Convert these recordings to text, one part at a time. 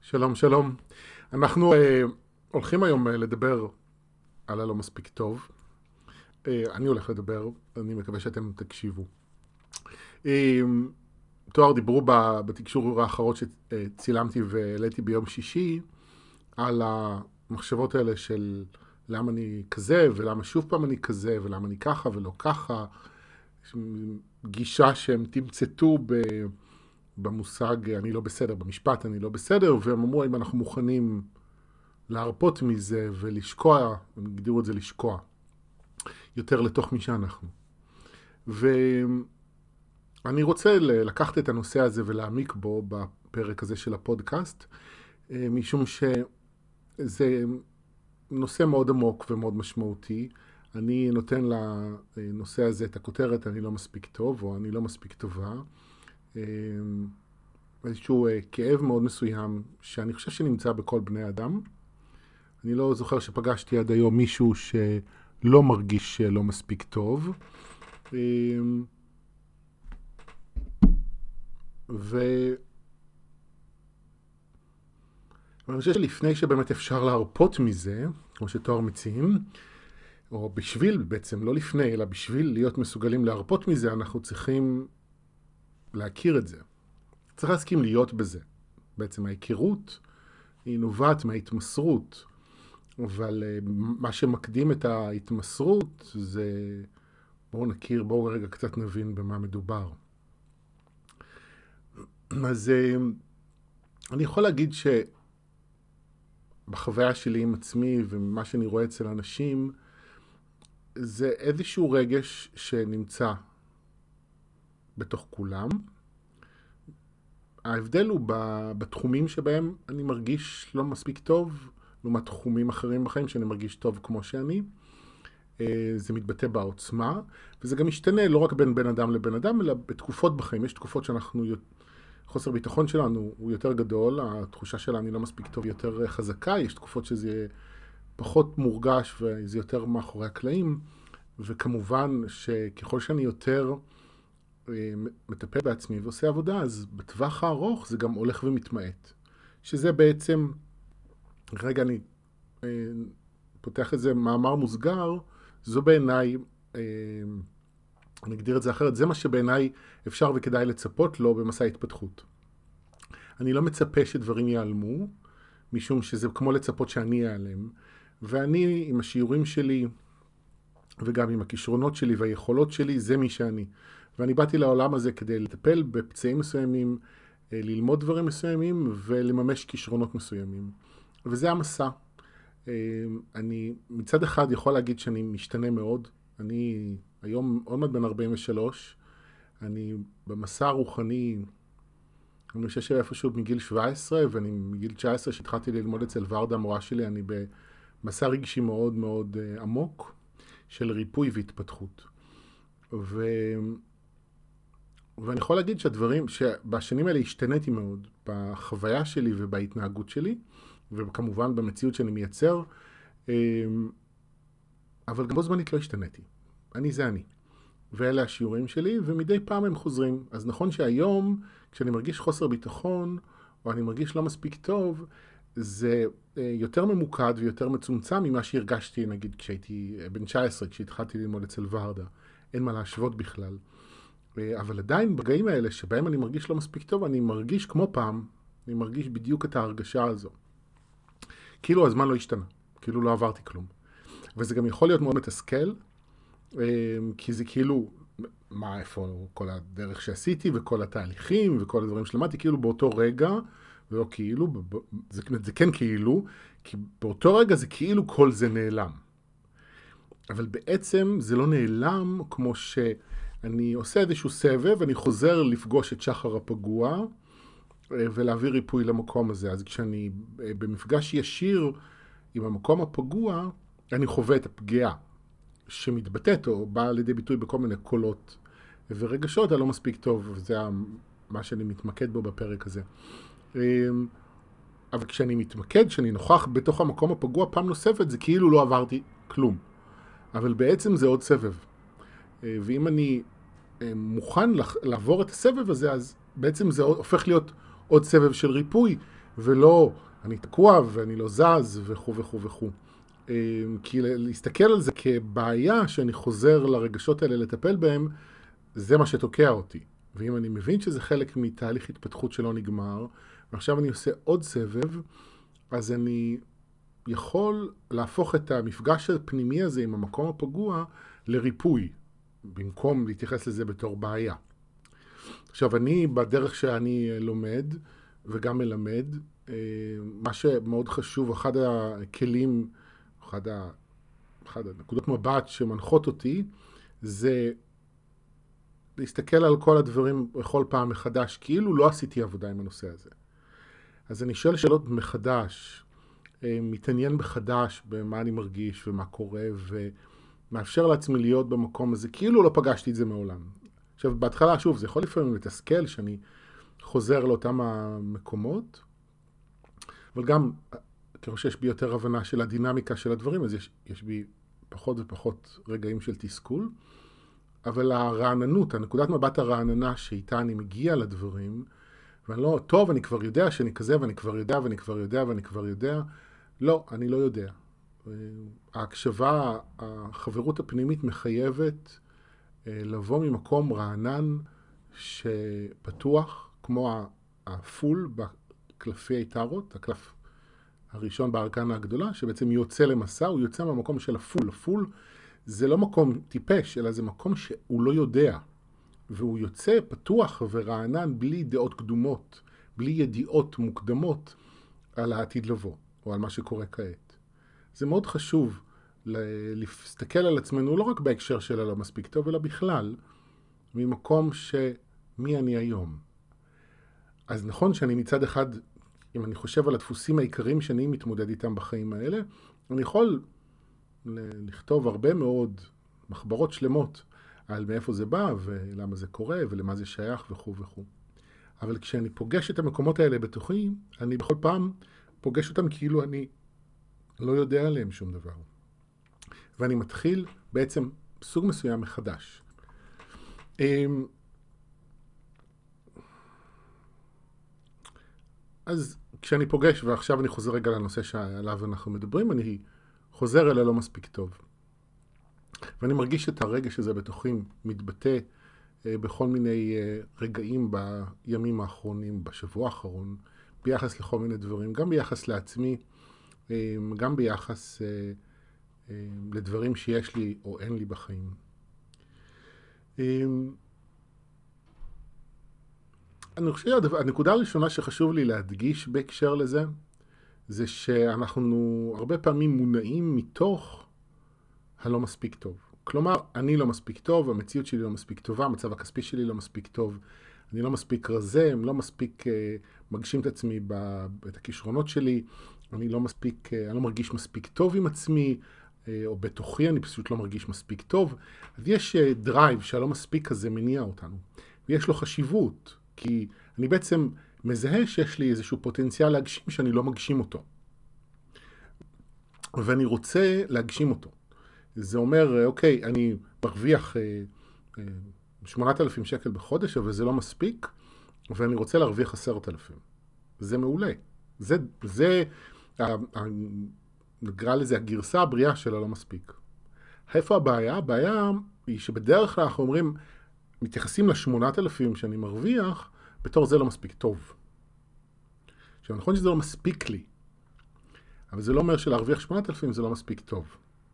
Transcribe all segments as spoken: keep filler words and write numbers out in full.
שלום, שלום. אנחנו אה, הולכים היום אה, לדבר על הלא מספיק טוב. אה, אני הולך לדבר, אני מקווה שאתם תקשיבו. אה, תואר דיברו ב- בתקשור האחרון שצילמתי והעליתי ביום שישי על המחשבות האלה של למה אני כזה ולמה שוב פעם אני כזה ולמה אני ככה ולא ככה. גישה שהם תמצתו ב... במושג אני לא בסדר, במשפט אני לא בסדר, והם אמרו אם אנחנו מוכנים להרפות מזה ולשקוע, הם הגדירו את זה לשקוע, יותר לתוך מי שאנחנו. ואני רוצה לקחת את הנושא הזה ולהעמיק בו בפרק הזה של הפודקאסט, משום שזה נושא מאוד עמוק ומאוד משמעותי. אני נותן לנושא הזה את הכותרת אני לא מספיק טוב או אני לא מספיק טובה. איזשהו כאב מאוד מסוים שאני חושב שנמצא בכל בני אדם. אני לא זוכר שפגשתי עד היום מישהו שלא מרגיש לא מספיק טוב. ו... ואני חושב שלפני שבאמת אפשר להרפות מזה, כמו שתואר מציעים, או בשביל בעצם, לא לפני, אלא בשביל להיות מסוגלים להרפות מזה, אנחנו צריכים להכיר את זה. צריך להסכים להיות בזה. בעצם ההיכרות היא נובעת מההתמסרות. אבל מה שמקדים את ההתמסרות זה, בואו נכיר, בואו רגע קצת נבין במה מדובר. אז אני יכול להגיד שבחוויה שלי עם עצמי ומה שאני רואה אצל אנשים, זה איזשהו רגש שנמצא בתוך כולם. ההבדל הוא בתחומים שבהם אני מרגיש לא מספיק טוב, לעומת תחומים אחרים בחיים שאני מרגיש טוב כמו שאני. זה מתבטא בעוצמה, וזה גם משתנה לא רק בין בן אדם לבן אדם, אלא בתקופות בחיים. יש תקופות שאנחנו, חוסר ביטחון שלנו הוא יותר גדול, התחושה שלה אני לא מספיק טוב יותר חזקה, יש תקופות שזה פחות מורגש וזה יותר מאחורי הקלעים, וכמובן שככל שאני יותר מטפל בעצמי ועושה עבודה, אז בטווח הארוך זה גם הולך ומתמעט. שזה בעצם, רגע אני פותח איזה מאמר מוסגר, זו בעיניי, אני אגדיר את זה אחרת, זה מה שבעיניי אפשר וכדאי לצפות לו במסע התפתחות. אני לא מצפה שדברים ייעלמו, משום שזה כמו לצפות שאני ייעלם, ואני עם השיעורים שלי, וגם עם הכישרונות שלי והיכולות שלי, זה מי שאני. ואני באתי לעולם הזה כדי לטפל בפצעים מסוימים, ללמוד דברים מסוימים, ולממש כישרונות מסוימים. וזה המסע. אני מצד אחד יכול להגיד שאני משתנה מאוד. אני היום עוד מעט בן ארבעים ושלוש. אני במסע הרוחני, אני חושב שאיפשהו מגיל שבע עשרה, ואני מגיל תשע עשרה שהתחלתי ללמוד אצל ורדה, המורה שלי, אני במסע רגשי מאוד מאוד עמוק של ריפוי והתפתחות. ו... ואני יכול להגיד שהדברים, שבשנים האלה השתניתי מאוד בחוויה שלי ובהתנהגות שלי, וכמובן במציאות שאני מייצר, אבל גם בו זמנית לא השתניתי. אני זה אני. ואלה השיעורים שלי, ומדי פעם הם חוזרים. אז נכון שהיום, כשאני מרגיש חוסר ביטחון, או אני מרגיש לא מספיק טוב, זה יותר ממוקד ויותר מצומצם ממה שהרגשתי, נגיד, כשהייתי בן תשע עשרה, כשהתחלתי ללמוד אצל ורדה. אין מה להשוות בכלל. אבל עדיין ברגעים האלה, שבהם אני מרגיש לא מספיק טוב, אני מרגיש כמו פעם, אני מרגיש בדיוק את ההרגשה הזו. כאילו הזמן לא השתנה, כאילו לא עברתי כלום. וזה גם יכול להיות מאוד מתסכל, כי זה כאילו, מה, איפה כל הדרך שעשיתי, וכל התהליכים, וכל הדברים שלמדתי, כאילו באותו רגע, ולא כאילו, זה, זה כן כאילו, כי באותו רגע זה כאילו כל זה נעלם. אבל בעצם זה לא נעלם כמו שאני עושה איזשהו סבב, אני חוזר לפגוש את שחר הפגוע, ולהביא ריפוי למקום הזה. אז כשאני במפגש ישיר עם המקום הפגוע, אני חווה את הפגיעה שמתבטאת או באה לידי ביטוי בכל מיני קולות ורגשות הלא מספיק טוב, וזה מה שאני מתמקד בו בפרק הזה. אבל כשאני מתמקד, כשאני נוכח בתוך המקום הפגוע פעם נוספת, זה כאילו לא עברתי כלום. אבל בעצם זה עוד סבב. ואם אני מוכן לעבור את הסבב הזה, אז בעצם זה הופך להיות עוד סבב של ריפוי, ולא אני תקוע ואני לא זז וכו' וכו' וכו'. כי להסתכל על זה כבעיה שאני חוזר לרגשות האלה לטפל בהם, זה מה שתוקע אותי. ואם אני מבין שזה חלק מתהליך התפתחות שלא נגמר, ועכשיו אני עושה עוד סבב, אז אני יכול להפוך את המפגש הפנימי הזה עם המקום הפגוע לריפוי, במקום להתייחס לזה בתור בעיה. עכשיו, אני בדרך שאני לומד וגם מלמד, מה שמאוד חשוב, אחד הכלים, אחד, ה, אחד הנקודות מבט שמנחות אותי, זה להסתכל על כל הדברים בכל פעם מחדש, כאילו לא עשיתי עבודה עם הנושא הזה. אז אני שואל שאלות מחדש, מתעניין מחדש במה אני מרגיש ומה קורה, ומאפשר לעצמי להיות במקום הזה, כאילו לא פגשתי את זה מעולם. עכשיו, בהתחלה, שוב, זה יכול לפעמים לתסכל שאני חוזר לאותם המקומות, אבל גם, ככל שיש בי יותר הבנה של הדינמיקה של הדברים, אז יש, יש בי פחות ופחות רגעים של תסכול, אבל הרעננות, הנקודת מבט הרעננה שאיתה אני מגיע לדברים, ואני לא, טוב, אני כבר יודע שאני כזה, ואני כבר יודע, ואני כבר יודע, ואני כבר יודע. לא, אני לא יודע. ההקשבה, החברות הפנימית מחייבת לבוא ממקום רענן שפתוח, כמו הפול בקלפי היתרות, הקלף הראשון בארקנה הגדולה, שבעצם יוצא למסע, הוא יוצא מהמקום של הפול. הפול זה לא מקום טיפש, אלא זה מקום שהוא לא יודע. והוא יוצא פתוח ורענן בלי דעות קדומות, בלי ידיעות מוקדמות על העתיד לבוא, או על מה שקורה כעת. זה מאוד חשוב להסתכל על עצמנו, לא רק בהקשר של הלא מספיק טוב, אלא בכלל, ממקום שמי אני היום. אז נכון שאני מצד אחד, אם אני חושב על הדפוסים העיקריים שאני מתמודד איתם בחיים האלה, אני יכול לכתוב הרבה מאוד מחברות שלמות על מאיפה זה בא ולמה זה קורה ולמה זה שייך וכו' וכו'. אבל כשאני פוגש את המקומות האלה בתוכי, אני בכל פעם פוגש אותם כאילו אני לא יודע עליהם שום דבר. ואני מתחיל בעצם סוג מסוים מחדש. אז כשאני פוגש, ועכשיו אני חוזר רגע לנושא שעליו אנחנו מדברים, אני חוזר אליו לא מספיק טוב. ואני מרגיש את הרגש הזה בתוכי מתבטא בכל מיני רגעים בימים האחרונים, בשבוע האחרון, ביחס לכל מיני דברים, גם ביחס לעצמי, גם ביחס לדברים שיש לי או אין לי בחיים. אני חושב שהנקודה הראשונה שחשוב לי להדגיש בהקשר לזה, זה שאנחנו הרבה פעמים מונעים מתוך הלא מספיק טוב. כלומר, אני לא מספיק טוב, המציאות שלי לא מספיק טובה, המצב הכספי שלי לא מספיק טוב, אני לא מספיק רזה, אני לא מספיק uh, מגשים את עצמי, ב, את הכישרונות שלי, אני לא מספיק, uh, אני לא מרגיש מספיק טוב עם עצמי, uh, או בתוכי אני פשוט לא מרגיש מספיק טוב. אז יש uh, דרייב שהלא מספיק כזה מניע אותנו, ויש לו חשיבות, כי אני בעצם מזהה שיש לי איזשהו פוטנציאל להגשים שאני לא מגשים אותו. ואני רוצה להגשים אותו. זה אומר, אוקיי, אני מרוויח שמונת אלפים שקל בחודש, אבל זה לא מספיק, ואני רוצה להרוויח עשרת אלפים. זה מעולה. זה, זה, נקרא לזה הגרסה הבריאה של הלא מספיק. איפה הבעיה? הבעיה היא שבדרך כלל אנחנו אומרים, מתייחסים לשמונת אלפים שאני מרוויח, בתור זה לא מספיק טוב. עכשיו, נכון שזה לא מספיק לי, אבל זה לא אומר שלהרוויח שמונת אלפים זה לא מספיק טוב.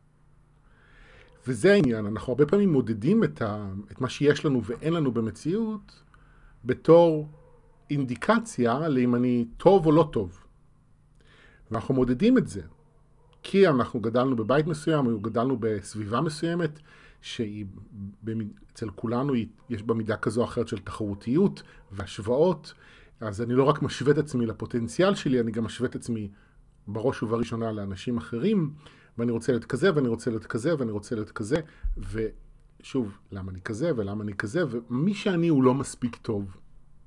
וזה העניין, אנחנו הרבה פעמים מודדים את, ה, את מה שיש לנו ואין לנו במציאות, בתור אינדיקציה לאם אני טוב או לא טוב. ואנחנו מודדים את זה, כי אנחנו גדלנו בבית מסוים, או גדלנו בסביבה מסוימת, שאצל כולנו יש בה מידה כזו או אחרת של תחרותיות והשוואות, אז אני לא רק משווה את עצמי לפוטנציאל שלי, אני גם משווה את עצמי בראש ובראשונה לאנשים אחרים, ואני רוצה להיות כזה, ואני רוצה להיות כזה, ואני רוצה להיות כזה, ושוב, למה אני כזה, ולמה אני כזה, ומי שאני הוא לא מספיק טוב.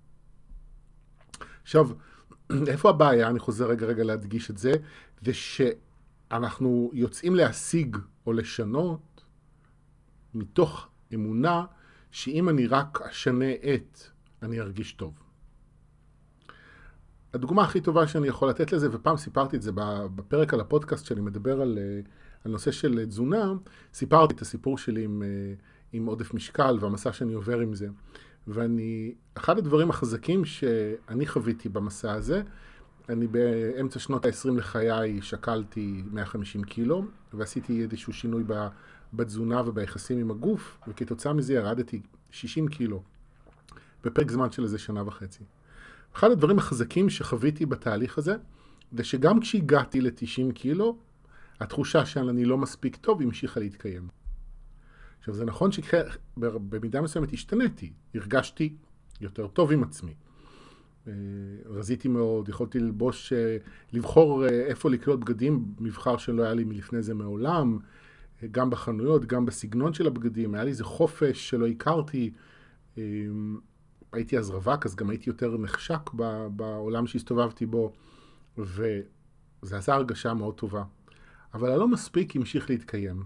עכשיו, איפה הבעיה? אני חוזר רגע רגע להדגיש את זה, זה שאנחנו יוצאים להשיג או לשנות, מתוך אמונה, שאם אני רק אשנה את, אני ארגיש טוב. הדוגמה הכי טובה שאני יכול לתת לזה, ופעם סיפרתי את זה בפרק על הפודקאסט שלי, מדבר על, על נושא של תזונה, סיפרתי את הסיפור שלי עם, עם עודף משקל והמסע שאני עובר עם זה. ואני, אחד הדברים החזקים שאני חוויתי במסע הזה, אני באמצע שנות ה-עשרים לחיי שקלתי מאה וחמישים קילו, ועשיתי איזשהו שינוי בתזונה וביחסים עם הגוף, וכתוצאה מזה ירדתי שישים קילו, בפרק זמן של איזה שנה וחצי. אחד הדברים החזקים שחוויתי בתהליך הזה, זה שגם כשהגעתי ל-תשעים קילו, התחושה שאני לא מספיק טוב המשיכה להתקיים. עכשיו זה נכון שבמידה מסוימת השתניתי, הרגשתי יותר טוב עם עצמי. רזיתי מאוד, יכולתי ללבוש, לבחור איפה לקנות בגדים, מבחר שלא היה לי מלפני זה מעולם, גם בחנויות, גם בסגנון של הבגדים, היה לי איזה חופש שלא הכרתי, הייתי אז רווק, אז גם הייתי יותר נחשק בעולם שהסתובבתי בו, וזה עשה הרגשה מאוד טובה. אבל הלא מספיק המשיך להתקיים.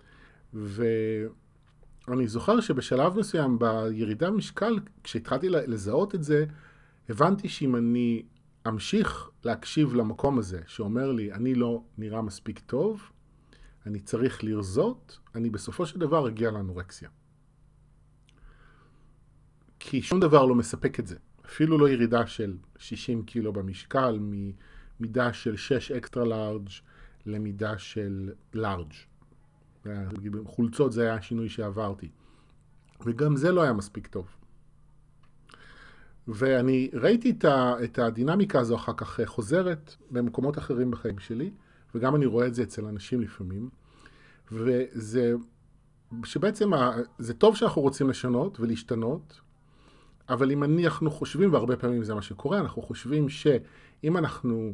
ואני זוכר שבשלב מסוים בירידה במשקל, כשהתחלתי לזהות את זה, הבנתי שאם אני אמשיך להקשיב למקום הזה, שאומר לי, אני לא נראה מספיק טוב, אני צריך לרזות, אני בסופו של דבר אגיע לאנורקסיה. כי שום דבר לא מספק את זה. אפילו לא ירידה של שישים קילו במשקל, ממידה של שש אקסטרה לארג' למידה של לארג'. חולצות זה היה השינוי שעברתי. וגם זה לא היה מספיק טוב. ואני ראיתי את הדינמיקה הזו אחר כך חוזרת במקומות אחרים בחיים שלי, וגם אני רואה את זה אצל אנשים לפעמים. וזה שבעצם זה טוב שאנחנו רוצים לשנות ולהשתנות, אבל אם אנחנו חושבים, והרבה פעמים זה מה שקורה, אנחנו חושבים שאם אנחנו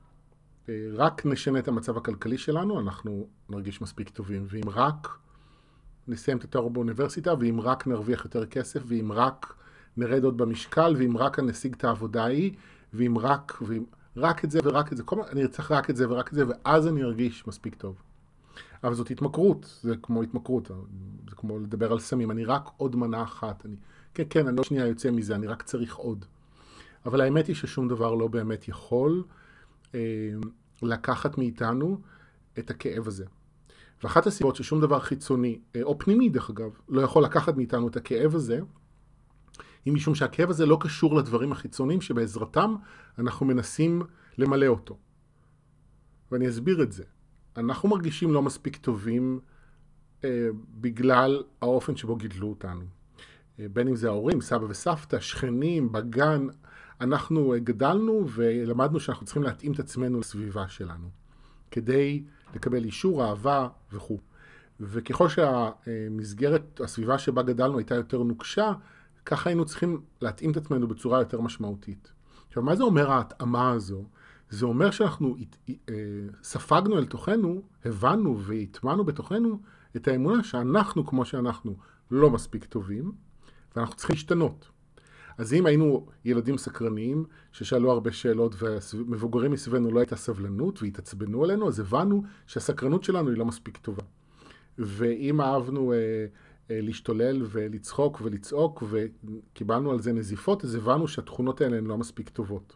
רק נשנה את המצב הכלכלי שלנו, אנחנו נרגיש מספיק טובים. ואם רק נסיים את התואר באוניברסיטה, ואם רק נרוויח יותר כסף, ואם רק נרד עוד במשקל, ואם רק נשיג את העבודה ההיא, ואם רק, ואם רק את זה ורק את זה, כל מה, אני ארצח רק את זה ורק את זה, ואז אני ארגיש מספיק טוב. אבל זאת התמכרות, זה כמו התמכרות, זה כמו לדבר על סמים, אני רק עוד מנה אחת, אני, כן, כן, אני לא שנייה יוצא מזה, אני רק צריך עוד. אבל האמת היא ששום דבר לא באמת יכול אה, לקחת מאיתנו את הכאב הזה. ואחת הסיבות ששום דבר חיצוני, אה, או פנימי דרך אגב, לא יכול לקחת מאיתנו את הכאב הזה, היא משום שהכאב הזה לא קשור לדברים החיצוניים שבעזרתם אנחנו מנסים למלא אותו. ואני אסביר את זה. אנחנו מרגישים לא מספיק טובים אה, בגלל האופן שבו גידלו אותנו. אה, בין אם זה ההורים, סבא וסבתא, שכנים, בגן, אנחנו אה, גדלנו ולמדנו שאנחנו צריכים להתאים את עצמנו לסביבה שלנו, כדי לקבל אישור, אהבה וכו'. וככל שהמסגרת, הסביבה שבה גדלנו הייתה יותר נוקשה, ככה היינו צריכים להתאים את עצמנו בצורה יותר משמעותית. עכשיו, מה זה אומר ההתאמה הזו? זה אומר שאנחנו ספגנו אל תוכנו, הבנו והטמענו בתוכנו את האמונה שאנחנו כמו שאנחנו לא מספיק טובים, ואנחנו צריכים להשתנות. אז אם היינו ילדים סקרניים ששאלו הרבה שאלות ומבוגרים מסביבנו לא הייתה סבלנות והתעצבנו עלינו, אז הבנו שהסקרנות שלנו היא לא מספיק טובה. ואם אהבנו אה, אה, להשתולל ולצחוק ולצעוק וקיבלנו על זה נזיפות, אז הבנו שהתכונות האלה הן לא מספיק טובות.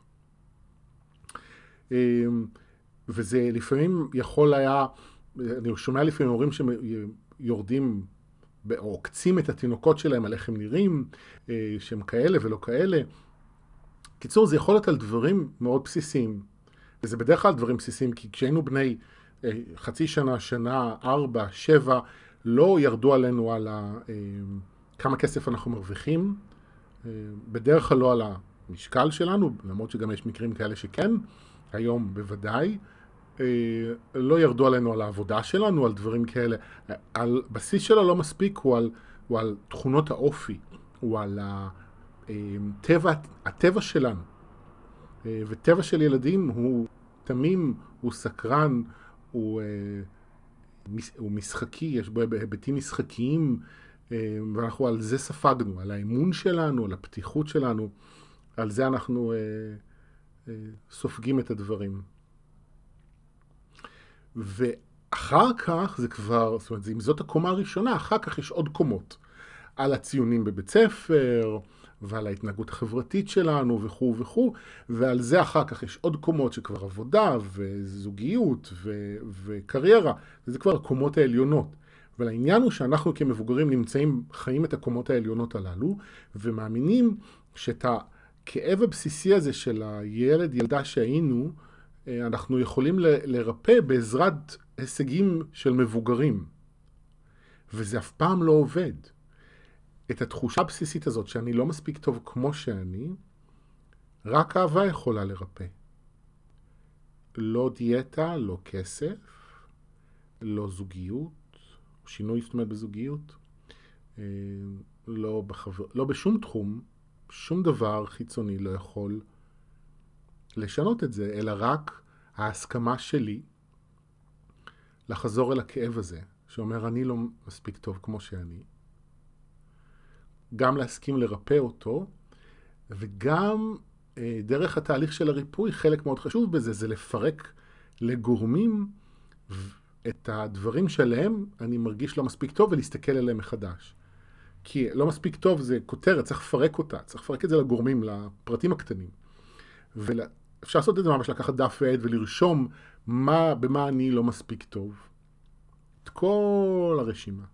וזה לפעמים יכול היה, אני שומע לפעמים הורים שיורדים או עוקצים את התינוקות שלהם על איך הם נראים, שהם כאלה ולא כאלה. קיצור, זה יכול להיות על דברים מאוד בסיסיים, וזה בדרך כלל דברים בסיסיים, כי כשהיינו בני חצי שנה, שנה, ארבע, שבע, לא ירדו עלינו על ה, כמה כסף אנחנו מרוויחים, בדרך כלל לא על המשקל שלנו, למרות שגם יש מקרים כאלה שכן, היום בוודאי, לא ירדו עלינו על העבודה שלנו, על דברים כאלה. על בסיס שלו לא מספיק, הוא על, הוא על תכונות האופי, הוא על הטבע, הטבע שלנו. וטבע של ילדים הוא תמים, הוא סקרן, הוא, הוא משחקי, יש בו היבטים משחקיים, ואנחנו על זה ספגנו, על האמון שלנו, על הפתיחות שלנו, על זה אנחנו סופגים את הדברים. ואחר כך זה כבר, זאת אומרת, אם זאת הקומה הראשונה, אחר כך יש עוד קומות. על הציונים בבית ספר, ועל ההתנהגות החברתית שלנו וכו' וכו', ועל זה אחר כך יש עוד קומות שכבר עבודה וזוגיות ו- וקריירה, וזה כבר הקומות העליונות. אבל העניין הוא שאנחנו כמבוגרים נמצאים, חיים את הקומות העליונות הללו, ומאמינים שאת הכאב הבסיסי הזה של הילד, ילדה שהיינו, אנחנו יכולים ל- לרפא בעזרת הישגים של מבוגרים. וזה אף פעם לא עובד. את התחושה הבסיסית הזאת שאני לא מספיק טוב כמו שאני, רק אהבה יכולה לרפא. לא דיאטה, לא כסף, לא זוגיות, שינוי זאת אומרת בזוגיות, לא, בחבר... לא בשום תחום, שום דבר חיצוני לא יכול לשנות את זה, אלא רק ההסכמה שלי לחזור אל הכאב הזה, שאומר אני לא מספיק טוב כמו שאני, גם להסכים לרפא אותו, וגם אה, דרך התהליך של הריפוי, חלק מאוד חשוב בזה, זה לפרק לגורמים את הדברים שלהם אני מרגיש לא מספיק טוב, ולהסתכל עליהם מחדש. כי לא מספיק טוב זה כותרת, צריך לפרק אותה, צריך לפרק את זה לגורמים, לפרטים הקטנים. ואפשר לעשות את זה ממש, לקחת דף ועד ולרשום מה, במה אני לא מספיק טוב. את כל הרשימה.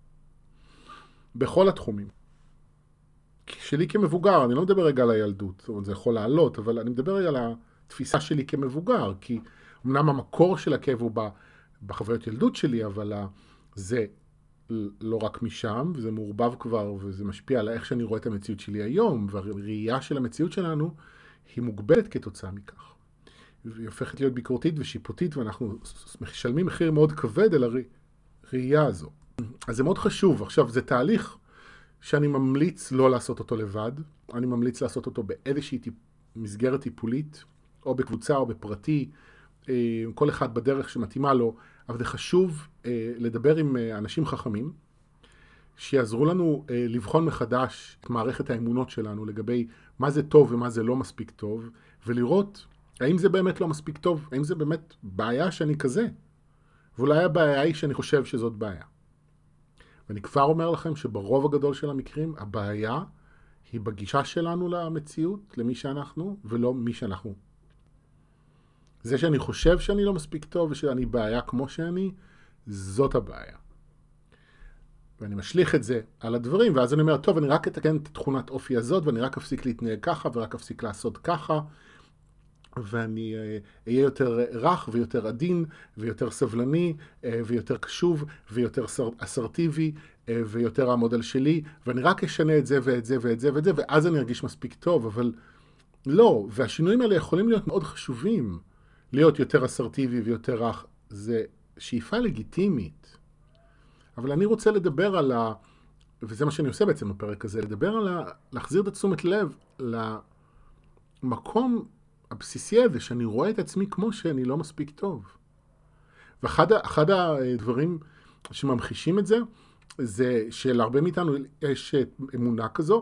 בכל התחומים. שלי כמבוגר, אני לא מדבר רגע על הילדות, זאת אומרת, זה יכול לעלות, אבל אני מדבר רגע על התפיסה שלי כמבוגר, כי אמנם המקור של הכאב הוא בחוויות ילדות שלי, אבל זה לא רק משם, וזה מעורבב כבר, וזה משפיע על איך שאני רואה את המציאות שלי היום, והראייה של המציאות שלנו היא מוגבלת כתוצאה מכך. והיא הופכת להיות ביקורתית ושיפוטית, ואנחנו משלמים מחיר מאוד כבד על הראייה הזו. אז זה מאוד חשוב. עכשיו, זה תהליך שאני ממליץ לא לעשות אותו לבד, אני ממליץ לעשות אותו באיזושהי טיפ... מסגרת טיפולית, או בקבוצה או בפרטי, כל אחד בדרך שמתאימה לו, אבל זה חשוב לדבר עם אנשים חכמים, שיעזרו לנו לבחון מחדש את מערכת האמונות שלנו, לגבי מה זה טוב ומה זה לא מספיק טוב, ולראות האם זה באמת לא מספיק טוב, האם זה באמת בעיה שאני כזה, ואולי הבעיה היא שאני חושב שזאת בעיה. ואני כבר אומר לכם שברוב הגדול של המקרים, הבעיה היא בגישה שלנו למציאות, למי שאנחנו, ולא מי שאנחנו. זה שאני חושב שאני לא מספיק טוב, ושאני בעיה כמו שאני, זאת הבעיה. ואני משליך את זה על הדברים, ואז אני אומר, טוב, אני רק אתקן את תכונת אופי הזאת, ואני רק אפסיק להתנהג ככה, ורק אפסיק לעשות ככה, ואני אהיה יותר רך ויותר עדין ויותר סבלני ויותר קשוב ויותר אסרטיבי ויותר המודל שלי, ואני רק אשנה את זה ואת זה ואת זה ואת זה, ואז אני ארגיש מספיק טוב. אבל לא, והשינויים האלה יכולים להיות מאוד חשובים. להיות יותר אסרטיבי ויותר רך זה שאיפה לגיטימית, אבל אני רוצה לדבר על ה... וזה מה שאני עושה בעצם בפרק הזה, לדבר על ה... להחזיר את תשומת לב למקום הבסיסי הזה, שאני רואה את עצמי כמו שאני לא מספיק טוב. ואחד הדברים שממחישים את זה, זה שלהרבה מאיתנו יש אמונה כזו,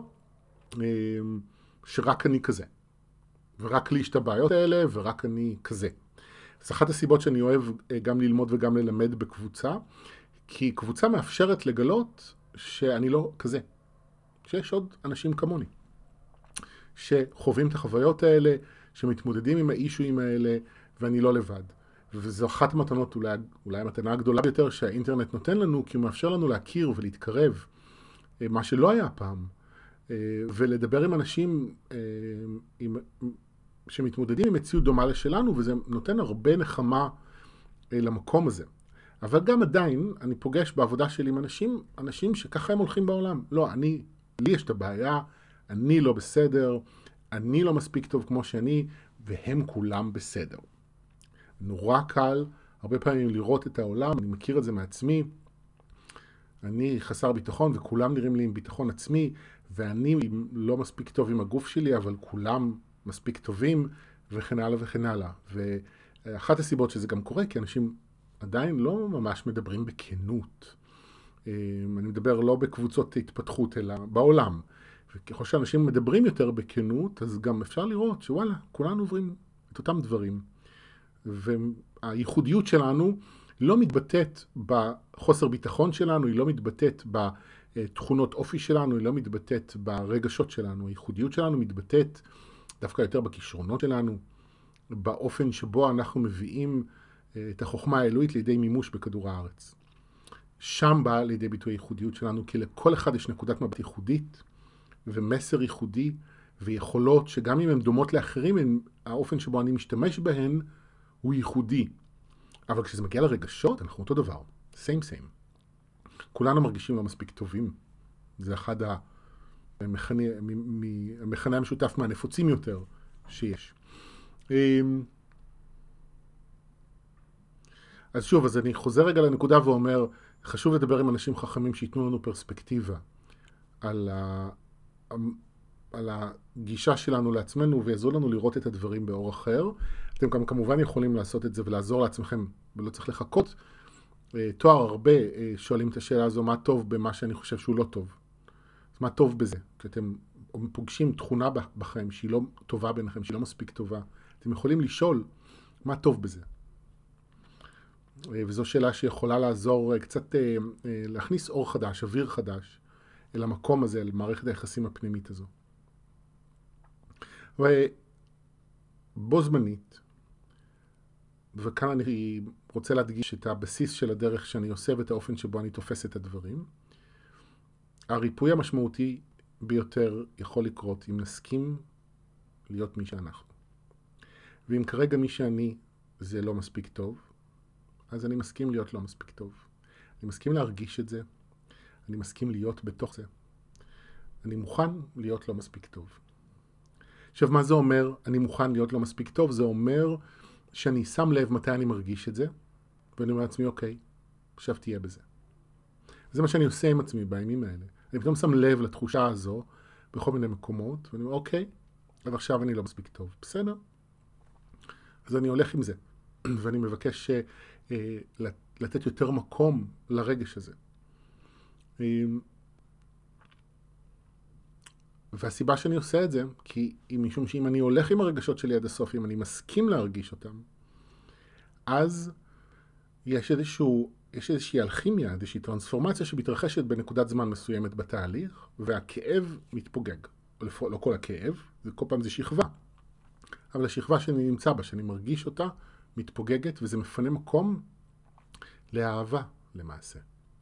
שרק אני כזה. ורק לי יש את הבעיות האלה, ורק אני כזה. אז אחת הסיבות שאני אוהב גם ללמוד וגם ללמד בקבוצה, כי קבוצה מאפשרת לגלות שאני לא כזה. שיש עוד אנשים כמוני, שחווים את החוויות האלה, שמתמודדים עם האישויים האלה, ואני לא לבד. וזו אחת המתנות, אולי, אולי המתנה הגדולה ביותר שהאינטרנט נותן לנו, כי הוא מאפשר לנו להכיר ולהתקרב, מה שלא היה פעם, ולדבר עם אנשים עם, שמתמודדים עם מציאות דומה לשלנו, וזה נותן הרבה נחמה למקום הזה. אבל גם עדיין, אני פוגש בעבודה שלי עם אנשים, אנשים שככה הם הולכים בעולם. לא, אני, לי יש את הבעיה, אני לא בסדר, אני לא מספיק טוב כמו שאני, והם כולם בסדר. נורא קל, הרבה פעמים לראות את העולם, אני מכיר את זה מעצמי, אני חסר ביטחון וכולם נראים לי עם ביטחון עצמי, ואני לא מספיק טוב עם הגוף שלי, אבל כולם מספיק טובים, וכן הלאה וכן הלאה. ואחת הסיבות שזה גם קורה, כי אנשים עדיין לא ממש מדברים בכנות. אני מדבר לא בקבוצות התפתחות, אלא בעולם. וככל שאנשים מדברים יותר בכנות, אז גם אפשר לראות שוואלה, כולנו עוברים את אותם דברים. והייחודיות שלנו לא מתבטאת בחוסר ביטחון שלנו, היא לא מתבטאת תכונות אופי שלנו, היא לא מתבטאת ברגשות שלנו, הייחודיות שלנו מתבטאת דווקא יותר בכישרונות שלנו, באופן שבו אנחנו מביאים את החוכמה האלוהית לידי מימוש בכדור הארץ. שם באה לידי ביטוי הייחודיות שלנו, כי לכל אחד יש נקודת מבט ייחודית ומסר ייחודי ויכולות שגם אם הן דומות לאחרים, הם, האופן שבו אני משתמש בהן הוא ייחודי. אבל כשזה מגיע לרגשות, אנחנו אותו דבר. same same. כולנו מרגישים לא מספיק טובים. זה אחד המכנה, המכנה המשותף מהנפוצים יותר שיש. אז שוב, אז אני חוזר רגע לנקודה ואומר, חשוב לדבר עם אנשים חכמים שיתנו לנו פרספקטיבה על, ה, על הגישה שלנו לעצמנו ויעזרו לנו לראות את הדברים באור אחר. אתם גם כמובן יכולים לעשות את זה ולעזור לעצמכם, ולא צריך לחכות. תואר הרבה שואלים את השאלה הזו, מה טוב במה שאני חושב שהוא לא טוב? מה טוב בזה? כשאתם פוגשים תכונה בכם שהיא לא טובה ביניכם, שהיא לא מספיק טובה, אתם יכולים לשאול מה טוב בזה. וזו שאלה שיכולה לעזור קצת להכניס אור חדש, אוויר חדש, אל המקום הזה, אל מערכת היחסים הפנימית הזו. ובו זמנית, וכאן אני רוצה להדגיש את הבסיס של הדרך שאני עושה ואת האופן שבו אני תופס את הדברים, הריפוי המשמעותי ביותר יכול לקרות אם נסכים להיות מי שאנחנו. ואם כרגע מי שאני זה לא מספיק טוב, אז אני מסכים להיות לא מספיק טוב. אני מסכים להרגיש את זה, אני מסכים להיות בתוך זה. אני מוכן להיות לא מספיק טוב. עכשיו, מה זה אומר אני מוכן להיות לא מספיק טוב? זה אומר שאני שם לב מתי אני מרגיש את זה, ואני אומר לעצמי, אוקיי, עכשיו תהיה בזה. זה מה שאני עושה עם עצמי בימים האלה. אני פתאום שם לב לתחושה הזו בכל מיני מקומות, ואני אומר, אוקיי, אבל עכשיו אני לא מספיק טוב. בסדר? אז אני הולך עם זה, ואני מבקש אה, לתת יותר מקום לרגש הזה. אה, והסיבה שאני עושה את זה, כי משום שאם אני הולך עם הרגשות שלי עד הסוף, אם אני מסכים להרגיש אותם, אז יש איזשהו, יש איזושהי אלכימיה, איזושהי טרנספורמציה שמתרחשת בנקודת זמן מסוימת בתהליך, והכאב מתפוגג. לא, לא כל הכאב, זה כל פעם זה שכבה. אבל השכבה שאני נמצא בה, שאני מרגיש אותה, מתפוגגת, וזה מפנה מקום לאהבה למעשה.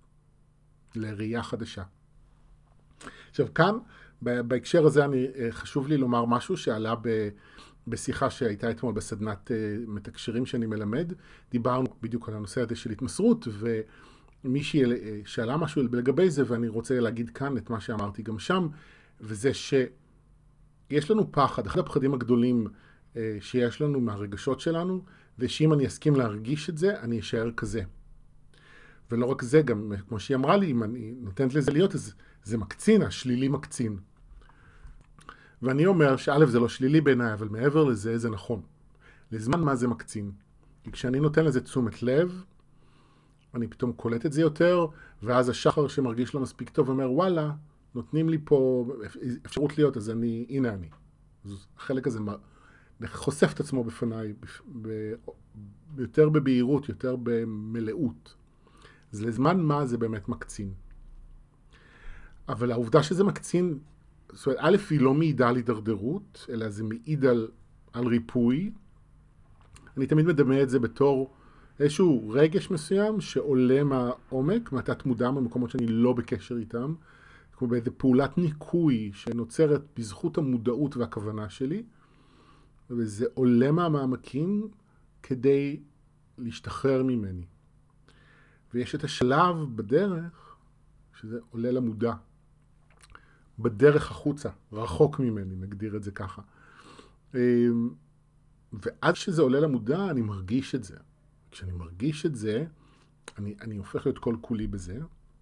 לראייה חדשה. עכשיו כאן, בהקשר הזה אני, חשוב לי לומר משהו שעלה ב, בשיחה שהייתה אתמול בסדנת מתקשרים שאני מלמד. דיברנו בדיוק על הנושא הזה של התמסרות, ומישהי שאלה משהו לגבי זה, ואני רוצה להגיד כאן את מה שאמרתי גם שם, וזה שיש לנו פחד, אחד הפחדים הגדולים שיש לנו מהרגשות שלנו, ושאם אני אסכים להרגיש את זה, אני אשאר כזה. ולא רק זה, גם כמו שהיא אמרה לי, אם אני נותנת לזה להיות, אז זה מקצין, השלילי מקצין. ואני אומר שא' זה לא שלילי בעיניי, אבל מעבר לזה זה נכון. לזמן מה זה מקצין? כי כשאני נותן לזה תשומת לב, אני פתאום קולט את זה יותר, ואז השחר שמרגיש לא מספיק טוב אומר, וואלה, נותנים לי פה אפשרות להיות, אז אני, הנה אני. אז החלק הזה חושף את עצמו בפניי, ב, יותר בבהירות, יותר במלאות. אז לזמן מה זה באמת מקצין. אבל העובדה שזה מקצין, זאת אומרת, א' היא לא מעידה על הידרדרות, אלא זה מעיד על, על ריפוי. אני תמיד מדמה את זה בתור איזשהו רגש מסוים שעולה מהעומק, מהתת מודע, ממקומות שאני לא בקשר איתם, כמו באיזו פעולת ניקוי שנוצרת בזכות המודעות והכוונה שלי, וזה עולה מהמעמקים כדי להשתחרר ממני. ויש את השלב בדרך, שזה עולה למודע. בדרך החוצה, רחוק ממני, נגדיר את זה ככה. ועד שזה עולה למודע, אני מרגיש את זה. כשאני מרגיש את זה, אני, אני הופך להיות כל כולי בזה.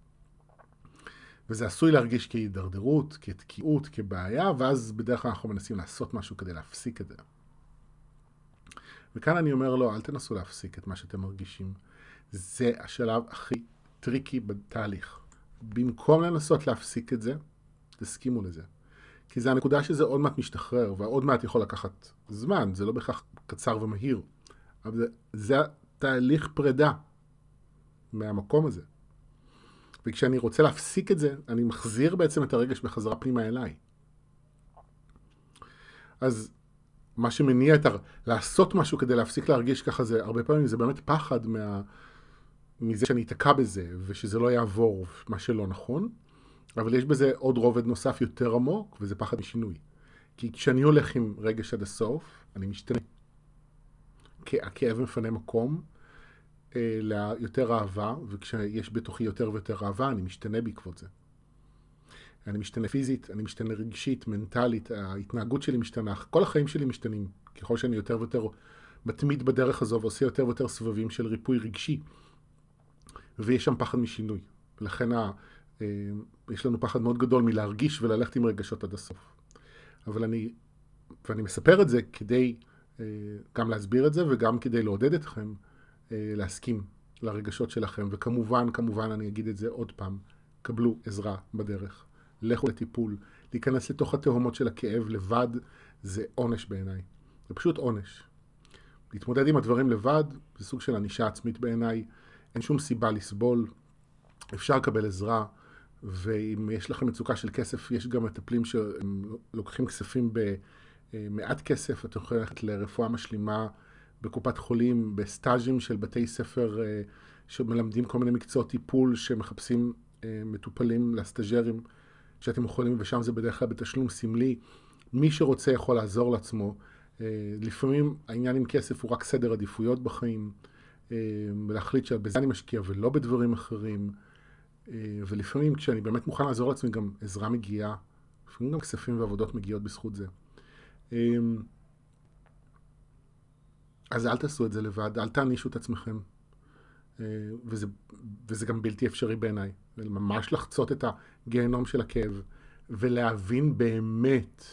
וזה עשוי להרגיש כהידרדרות, כתקיעות, כבעיה, ואז בדרך כלל אנחנו מנסים לעשות משהו כדי להפסיק את זה. וכאן אני אומר לו, אל תנסו להפסיק את מה שאתם מרגישים. זה השלב הכי טריקי בתהליך. במקום לנסות להפסיק את זה, תסכימו לזה. כי זה הנקודה שזה עוד מעט משתחרר, ועוד מעט יכול לקחת זמן, זה לא בכך קצר ומהיר. אבל זה, זה תהליך פרידה מהמקום הזה. וכשאני רוצה להפסיק את זה, אני מחזיר בעצם את הרגש בחזרה פנימה אליי. אז מה שמניע את ה... לעשות משהו כדי להפסיק להרגיש ככה, זה הרבה פעמים זה באמת פחד מה... מזה שאני אתקע בזה, ושזה לא יעבור, מה שלא נכון. אבל יש בזה עוד רובד נוסף יותר עמוק, וזה פחד משינוי. כי כשאני הולך עם רגש עד הסוף, אני משתנה. הכאב מפנה מקום אה, ליותר אהבה, וכשיש בתוכי יותר ויותר אהבה, אני משתנה בעקבות זה. אני משתנה פיזית, אני משתנה רגשית, מנטלית, ההתנהגות שלי משתנה, כל החיים שלי משתנים. ככל שאני יותר ויותר מתמיד בדרך הזו, ועושה יותר ויותר סבבים של ריפוי רגשי. ויש שם פחד משינוי. ולכן ה... יש לנו פחד מאוד גדול מלהרגיש וללכת עם רגשות עד הסוף. אבל אני, ואני מספר את זה כדי גם להסביר את זה, וגם כדי לעודד אתכם להסכים לרגשות שלכם. וכמובן, כמובן, אני אגיד את זה עוד פעם, קבלו עזרה בדרך. לכו לטיפול. להיכנס לתוך התהומות של הכאב לבד, זה עונש בעיניי. זה פשוט עונש. להתמודד עם הדברים לבד, זה סוג של ענישה עצמית בעיניי. אין שום סיבה לסבול. אפשר לקבל עזרה. ואם יש לכם מצוקה של כסף, יש גם מטפלים שלוקחים כספים במעט כסף. אתם יכולים ללכת לרפואה משלימה בקופת חולים, בסטאז'ים של בתי ספר שמלמדים כל מיני מקצועות טיפול, שמחפשים מטופלים לסטאז'רים שאתם יכולים, ושם זה בדרך כלל בתשלום סמלי. מי שרוצה יכול לעזור לעצמו. לפעמים העניין עם כסף הוא רק סדר עדיפויות בחיים, ולהחליט שבזה אני משקיע ולא בדברים אחרים. ולפעמים כשאני באמת מוכן לעזור לעצמי, גם עזרה מגיעה, לפעמים גם כספים ועבודות מגיעות בזכות זה. אז אל תעשו את זה לבד, אל תענישו את עצמכם. וזה, וזה גם בלתי אפשרי בעיניי. ממש לחצות את הגיהנום של הכאב, ולהבין באמת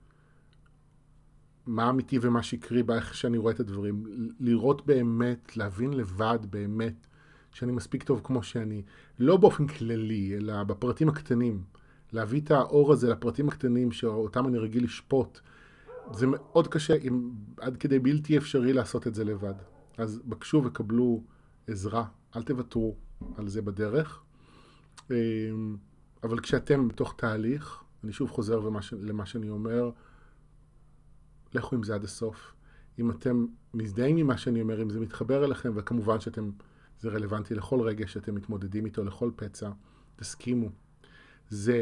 מה אמיתי ומה שקרי באיך שאני רואה את הדברים. לראות באמת, להבין לבד באמת, שאני מספיק טוב כמו שאני, לא באופן כללי, אלא בפרטים הקטנים. להביא את האור הזה לפרטים הקטנים שאותם אני רגיל לשפוט. זה מאוד קשה, אם, עד כדי בלתי אפשרי לעשות את זה לבד. אז בקשו וקבלו עזרה, אל תוותרו על זה בדרך. אבל כשאתם בתוך תהליך, אני שוב חוזר למה שאני אומר, לכו עם זה עד הסוף. אם אתם מזדהים עם מה שאני אומר, אם זה מתחבר אליכם, וכמובן שאתם... זה רלוונטי לכל רגע שאתם מתמודדים איתו, לכל פצע, תסכימו. זה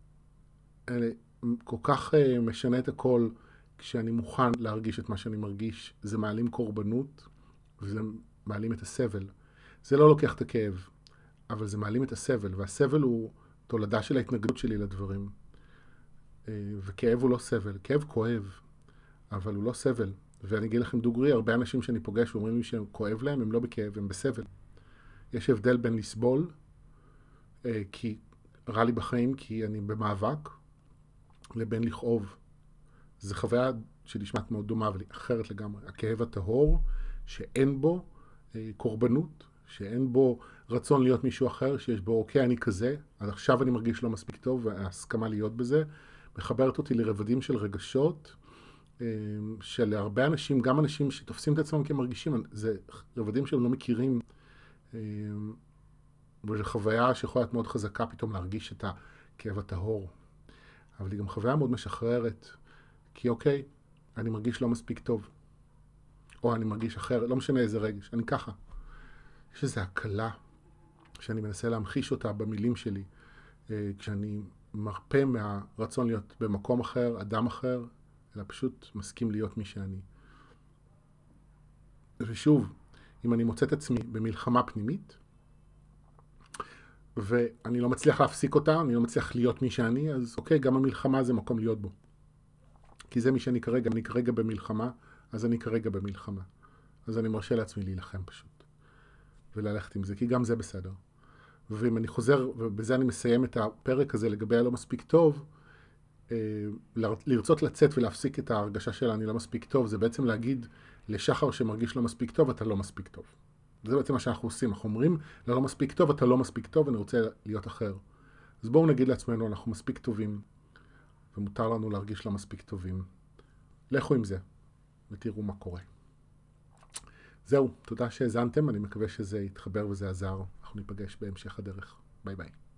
כל כך משנה את הכל כשאני מוכן להרגיש את מה שאני מרגיש. זה מעלים קורבנות, וזה מעלים את הסבל. זה לא לוקח את הכאב, אבל זה מעלים את הסבל, והסבל הוא תולדה של ההתנגדות שלי לדברים. וכאב הוא לא סבל, כאב כואב, אבל הוא לא סבל. ואני אגיד לכם דוגרי, הרבה אנשים שאני פוגש ואומרים לי שהם כואב להם, הם לא בכאב, הם בסבל. יש הבדל בין לסבול, כי רע לי בחיים, כי אני במאבק, לבין לכאוב. זו חוויה שנשמעת מאוד דומה, אבל היא אחרת לגמרי. הכאב הטהור, שאין בו קורבנות, שאין בו רצון להיות מישהו אחר, שיש בו, אוקיי, אני כזה, אז עכשיו אני מרגיש לא מספיק טוב, וההסכמה להיות בזה, מחברת אותי לרבדים של רגשות, של הרבה אנשים, גם אנשים שתופסים את עצמם כמרגישים, זה רבדים שהם לא מכירים, וזו חוויה שיכולה להיות מאוד חזקה פתאום להרגיש את הכאב הטהור. אבל היא גם חוויה מאוד משחררת, כי אוקיי, אני מרגיש לא מספיק טוב, או אני מרגיש אחר, לא משנה איזה רגש, אני ככה. יש איזו הקלה שאני מנסה להמחיש אותה במילים שלי, כשאני מרפא מהרצון להיות במקום אחר, אדם אחר, אלא פשוט מסכים להיות מי שאני. ושוב, אם אני מוצא את עצמי במלחמה פנימית, ואני לא מצליח להפסיק אותה, אני לא מצליח להיות מי שאני, אז אוקיי, גם המלחמה זה מקום להיות בו. כי זה מי שאני כרגע, אני כרגע במלחמה, אז אני כרגע במלחמה. אז אני מרשה לעצמי להילחם פשוט. וללכת עם זה, כי גם זה בסדר. ואם אני חוזר, ובזה אני מסיים את הפרק הזה לגבי הלא מספיק טוב, לרצות לצאת ולהפסיק את ההרגשה שלה אני לא מספיק טוב, זה בעצם להגיד לשחר שמרגיש לא מספיק טוב, אתה לא מספיק טוב. זה בעצם מה שאנחנו עושים, אנחנו אומרים, לא, לא מספיק טוב, אתה לא מספיק טוב, אני רוצה להיות אחר. אז בואו נגיד לעצמנו, אנחנו מספיק טובים, ומותר לנו להרגיש לא מספיק טובים. לכו עם זה, ותראו מה קורה. זהו, תודה שהזנתם, אני מקווה שזה יתחבר וזה עזר. אנחנו ניפגש בהמשך הדרך. ביי. ביי ביי.